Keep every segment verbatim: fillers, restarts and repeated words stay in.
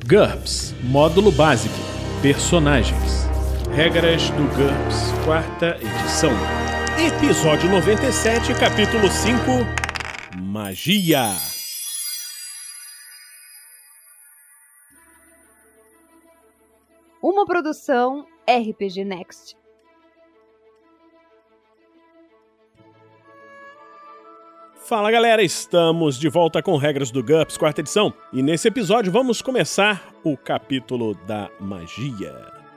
GURPS Módulo Básico. Personagens. Regras do GURPS, quarta edição. Episódio noventa e sete, capítulo cinco. Magia. Uma produção R P G Next. Fala galera, estamos de volta com Regras do GURPS, quarta edição. E nesse episódio vamos começar o capítulo da magia.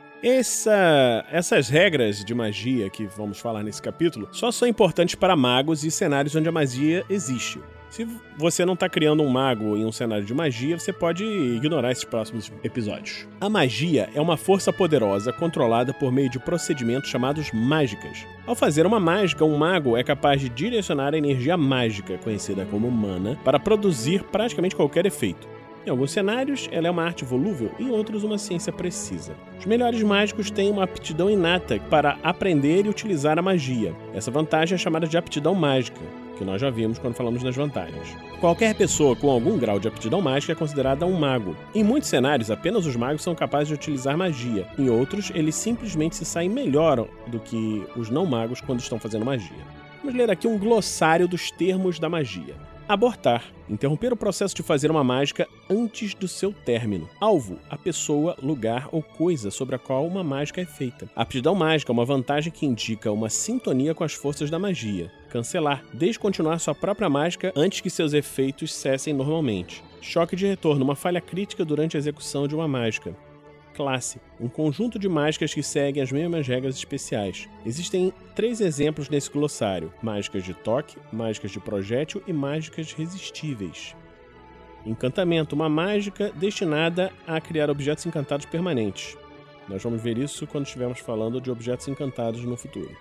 Essa, essas regras de magia que vamos falar nesse capítulo só são importantes para magos e cenários onde a magia existe. Se você não está criando um mago em um cenário de magia, você pode ignorar esses próximos episódios. A magia é uma força poderosa controlada por meio de procedimentos chamados mágicas. Ao fazer uma mágica, um mago é capaz de direcionar a energia mágica, conhecida como mana, para produzir praticamente qualquer efeito. Em alguns cenários, ela é uma arte volúvel, em outros, uma ciência precisa. Os melhores mágicos têm uma aptidão inata para aprender e utilizar a magia. Essa vantagem é chamada de aptidão mágica, que nós já vimos quando falamos das vantagens. Qualquer pessoa com algum grau de aptidão mágica é considerada um mago. Em muitos cenários, apenas os magos são capazes de utilizar magia. Em outros, eles simplesmente se saem melhor do que os não magos quando estão fazendo magia. Vamos ler aqui um glossário dos termos da magia. Abortar. Interromper o processo de fazer uma mágica antes do seu término. Alvo. A pessoa, lugar ou coisa sobre a qual uma mágica é feita. Aptidão mágica é uma vantagem que indica uma sintonia com as forças da magia. Cancelar. Descontinuar sua própria mágica antes que seus efeitos cessem normalmente. Choque de retorno. Uma falha crítica durante a execução de uma mágica. Classe. Um conjunto de mágicas que seguem as mesmas regras especiais. Existem três exemplos nesse glossário: mágicas de toque, mágicas de projétil e mágicas resistíveis. Encantamento. Uma mágica destinada a criar objetos encantados permanentes. Nós vamos ver isso quando estivermos falando de objetos encantados no futuro.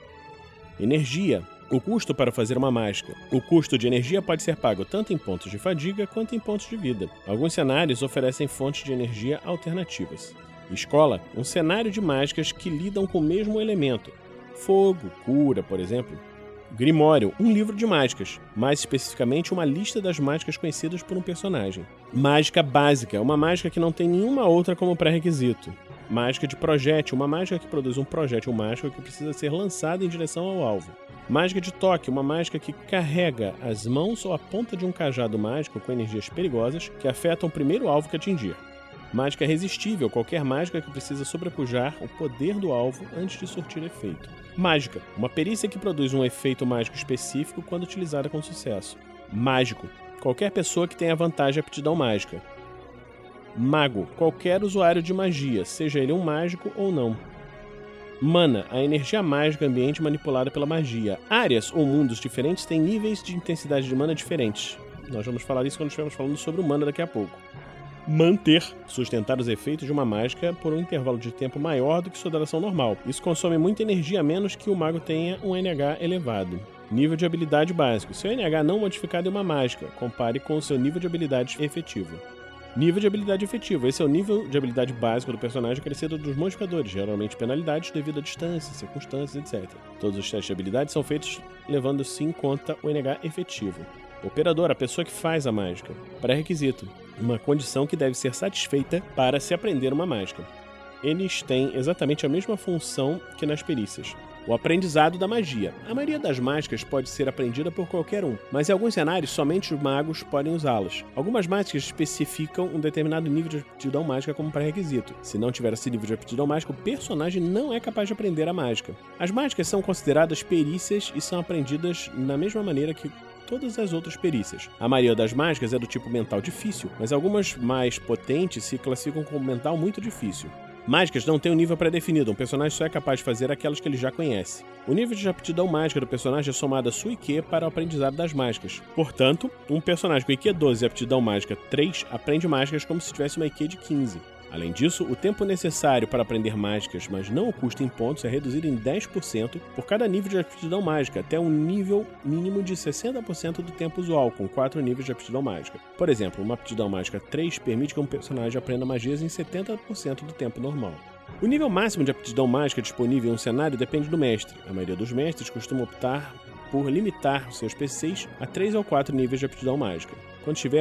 Energia. O custo para fazer uma mágica. O custo de energia pode ser pago tanto em pontos de fadiga quanto em pontos de vida. Alguns cenários oferecem fontes de energia alternativas. Escola, um cenário de mágicas que lidam com o mesmo elemento. Fogo, cura, por exemplo. Grimório, um livro de mágicas, mais especificamente uma lista das mágicas conhecidas por um personagem. Mágica básica, uma mágica que não tem nenhuma outra como pré-requisito. Mágica de projétil, uma mágica que produz um projétil mágico que precisa ser lançado em direção ao alvo. Mágica de toque, uma mágica que carrega as mãos ou a ponta de um cajado mágico com energias perigosas que afetam o primeiro alvo que atingir. Mágica resistível, qualquer mágica que precisa sobrepujar o poder do alvo antes de surtir efeito. Mágica, uma perícia que produz um efeito mágico específico quando utilizada com sucesso. Mágico, qualquer pessoa que tenha vantagem à aptidão mágica. Mago, qualquer usuário de magia, seja ele um mágico ou não. Mana, a energia mágica ambiente manipulada pela magia. Áreas ou mundos diferentes têm níveis de intensidade de mana diferentes. Nós vamos falar isso quando estivermos falando sobre o mana daqui a pouco. Manter, sustentar os efeitos de uma mágica por um intervalo de tempo maior do que sua duração normal. Isso consome muita energia a menos que o mago tenha um N H elevado. Nível de habilidade básico. Seu N H não modificado é uma mágica. Compare com o seu nível de habilidade efetivo. Nível de habilidade efetivo. Esse é o nível de habilidade básico do personagem acrescido dos modificadores, geralmente penalidades devido à distância, circunstâncias, etcétera. Todos os testes de habilidade são feitos levando-se em conta o N H efetivo. Operador, a pessoa que faz a mágica. Pré-requisito. Uma condição que deve ser satisfeita para se aprender uma mágica. Eles têm exatamente a mesma função que nas perícias. O aprendizado da magia. A maioria das mágicas pode ser aprendida por qualquer um, mas em alguns cenários somente os magos podem usá-las. Algumas mágicas especificam um determinado nível de aptidão mágica como pré-requisito. Se não tiver esse nível de aptidão mágica, o personagem não é capaz de aprender a mágica. As mágicas são consideradas perícias e são aprendidas da mesma maneira que todas as outras perícias. A maioria das mágicas é do tipo mental difícil, mas algumas mais potentes se classificam como mental muito difícil. Mágicas não têm um nível pré-definido, um personagem só é capaz de fazer aquelas que ele já conhece. O nível de aptidão mágica do personagem é somado a sua I Q para o aprendizado das mágicas. Portanto, um personagem com I Q doze e aptidão mágica três aprende mágicas como se tivesse uma I Q de quinze. Além disso, o tempo necessário para aprender mágicas, mas não o custo em pontos, é reduzido em dez por cento por cada nível de aptidão mágica, até um nível mínimo de sessenta por cento do tempo usual, com quatro níveis de aptidão mágica. Por exemplo, uma aptidão mágica três permite que um personagem aprenda magias em setenta por cento do tempo normal. O nível máximo de aptidão mágica disponível em um cenário depende do mestre. A maioria dos mestres costuma optar por limitar seus P Cs a três ou quatro níveis de aptidão mágica. Quando estiver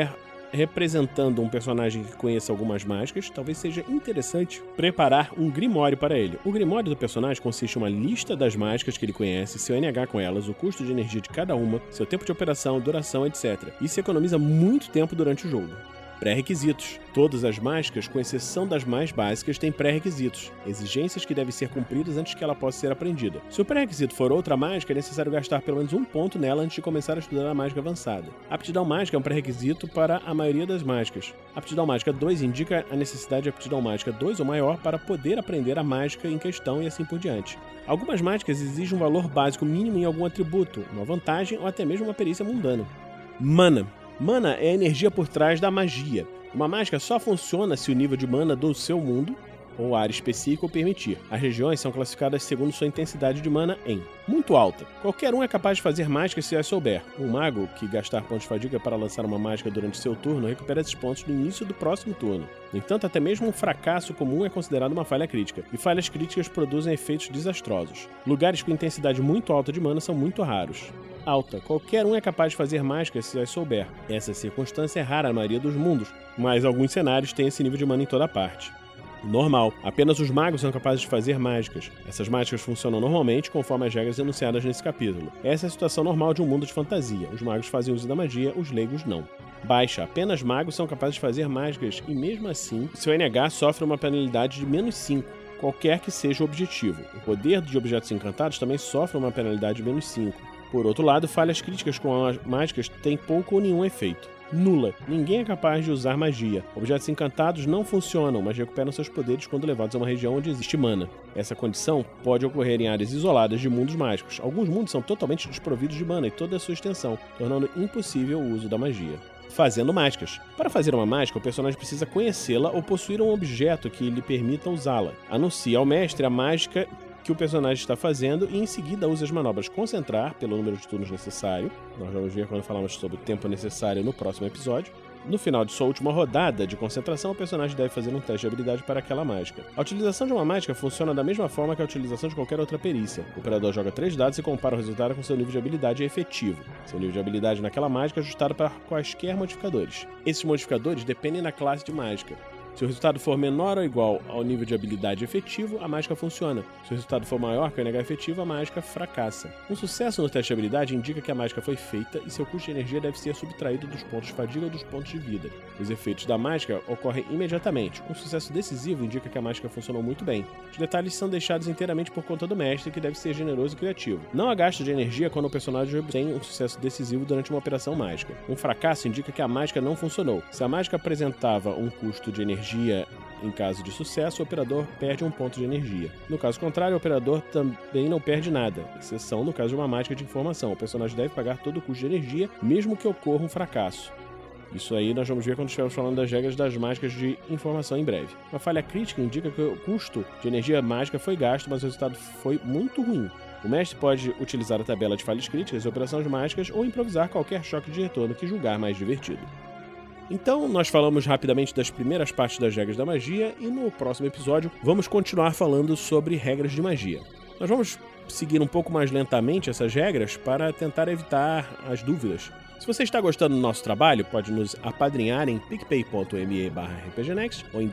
representando um personagem que conheça algumas mágicas, talvez seja interessante preparar um grimório para ele. O grimório do personagem consiste em uma lista das mágicas que ele conhece, seu N H com elas, o custo de energia de cada uma, seu tempo de operação, duração, etcétera. Isso economiza muito tempo durante o jogo. Pré-requisitos. Todas as mágicas, com exceção das mais básicas, têm pré-requisitos, exigências que devem ser cumpridas antes que ela possa ser aprendida. Se o pré-requisito for outra mágica, é necessário gastar pelo menos um ponto nela antes de começar a estudar a mágica avançada. Aptidão mágica é um pré-requisito para a maioria das mágicas. Aptidão mágica dois indica a necessidade de aptidão mágica dois ou maior para poder aprender a mágica em questão e assim por diante. Algumas mágicas exigem um valor básico mínimo em algum atributo, uma vantagem ou até mesmo uma perícia mundana. Mana. Mana é a energia por trás da magia. Uma mágica só funciona se o nível de mana do seu mundo ou área específica o permitir. As regiões são classificadas segundo sua intensidade de mana em muito alta. Qualquer um é capaz de fazer mágica se as souber. Um mago que gastar pontos de fadiga para lançar uma mágica durante seu turno recupera esses pontos no início do próximo turno. No entanto, até mesmo um fracasso comum é considerado uma falha crítica, e falhas críticas produzem efeitos desastrosos. Lugares com intensidade muito alta de mana são muito raros. Alta. Qualquer um é capaz de fazer mágicas se as souber. Essa circunstância é rara na maioria dos mundos, mas alguns cenários têm esse nível de mana em toda parte. Normal. Apenas os magos são capazes de fazer mágicas. Essas mágicas funcionam normalmente conforme as regras enunciadas nesse capítulo. Essa é a situação normal de um mundo de fantasia. Os magos fazem uso da magia, os leigos não. Baixa. Apenas magos são capazes de fazer mágicas e, mesmo assim, seu N H sofre uma penalidade de menos cinco. Qualquer que seja o objetivo. O poder de objetos encantados também sofre uma penalidade de menos cinco. Por outro lado, falhas críticas com as mágicas têm pouco ou nenhum efeito. Nula. Ninguém é capaz de usar magia. Objetos encantados não funcionam, mas recuperam seus poderes quando levados a uma região onde existe mana. Essa condição pode ocorrer em áreas isoladas de mundos mágicos. Alguns mundos são totalmente desprovidos de mana em toda a sua extensão, tornando impossível o uso da magia. Fazendo mágicas. Para fazer uma mágica, o personagem precisa conhecê-la ou possuir um objeto que lhe permita usá-la. Anuncia ao mestre a mágica que o personagem está fazendo e em seguida usa as manobras concentrar pelo número de turnos necessário. Nós vamos ver quando falamos sobre o tempo necessário no próximo episódio. No final de sua última rodada de concentração, o personagem deve fazer um teste de habilidade para aquela mágica. A utilização de uma mágica funciona da mesma forma que a utilização de qualquer outra perícia. O operador joga três dados e compara o resultado com seu nível de habilidade efetivo. Seu nível de habilidade naquela mágica é ajustado para quaisquer modificadores. Esses modificadores dependem da classe de mágica. Se o resultado for menor ou igual ao nível de habilidade efetivo, a mágica funciona. Se o resultado for maior que o N H efetivo, a mágica fracassa. Um sucesso no teste de habilidade indica que a mágica foi feita e seu custo de energia deve ser subtraído dos pontos de fadiga ou dos pontos de vida. Os efeitos da mágica ocorrem imediatamente. Um sucesso decisivo indica que a mágica funcionou muito bem. Os detalhes são deixados inteiramente por conta do mestre, que deve ser generoso e criativo. Não há gasto de energia quando o personagem tem um sucesso decisivo durante uma operação mágica. Um fracasso indica que a mágica não funcionou. Se a mágica apresentava um custo de energia Energia em caso de sucesso, o operador perde um ponto de energia. No caso contrário, o operador também não perde nada, exceção no caso de uma mágica de informação. O personagem deve pagar todo o custo de energia, mesmo que ocorra um fracasso. Isso aí nós vamos ver quando estivermos falando das regras das mágicas de informação em breve. Uma falha crítica indica que o custo de energia mágica foi gasto, mas o resultado foi muito ruim. O mestre pode utilizar a tabela de falhas críticas e operações mágicas ou improvisar qualquer choque de retorno que julgar mais divertido. Então, nós falamos rapidamente das primeiras partes das regras da magia e no próximo episódio vamos continuar falando sobre regras de magia. Nós vamos seguir um pouco mais lentamente essas regras para tentar evitar as dúvidas. Se você está gostando do nosso trabalho, pode nos apadrinhar em picpay.me barra rpgnext ou em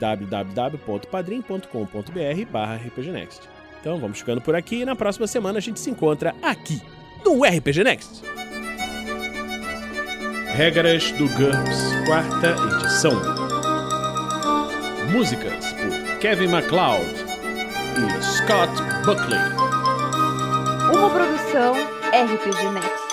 www.padrim.com.br barra rpgnext. Então, vamos ficando por aqui e na próxima semana a gente se encontra aqui no R P G Next. Regras do GURPS, quarta edição. Músicas por Kevin MacLeod e Scott Buckley. Uma produção R P G Next.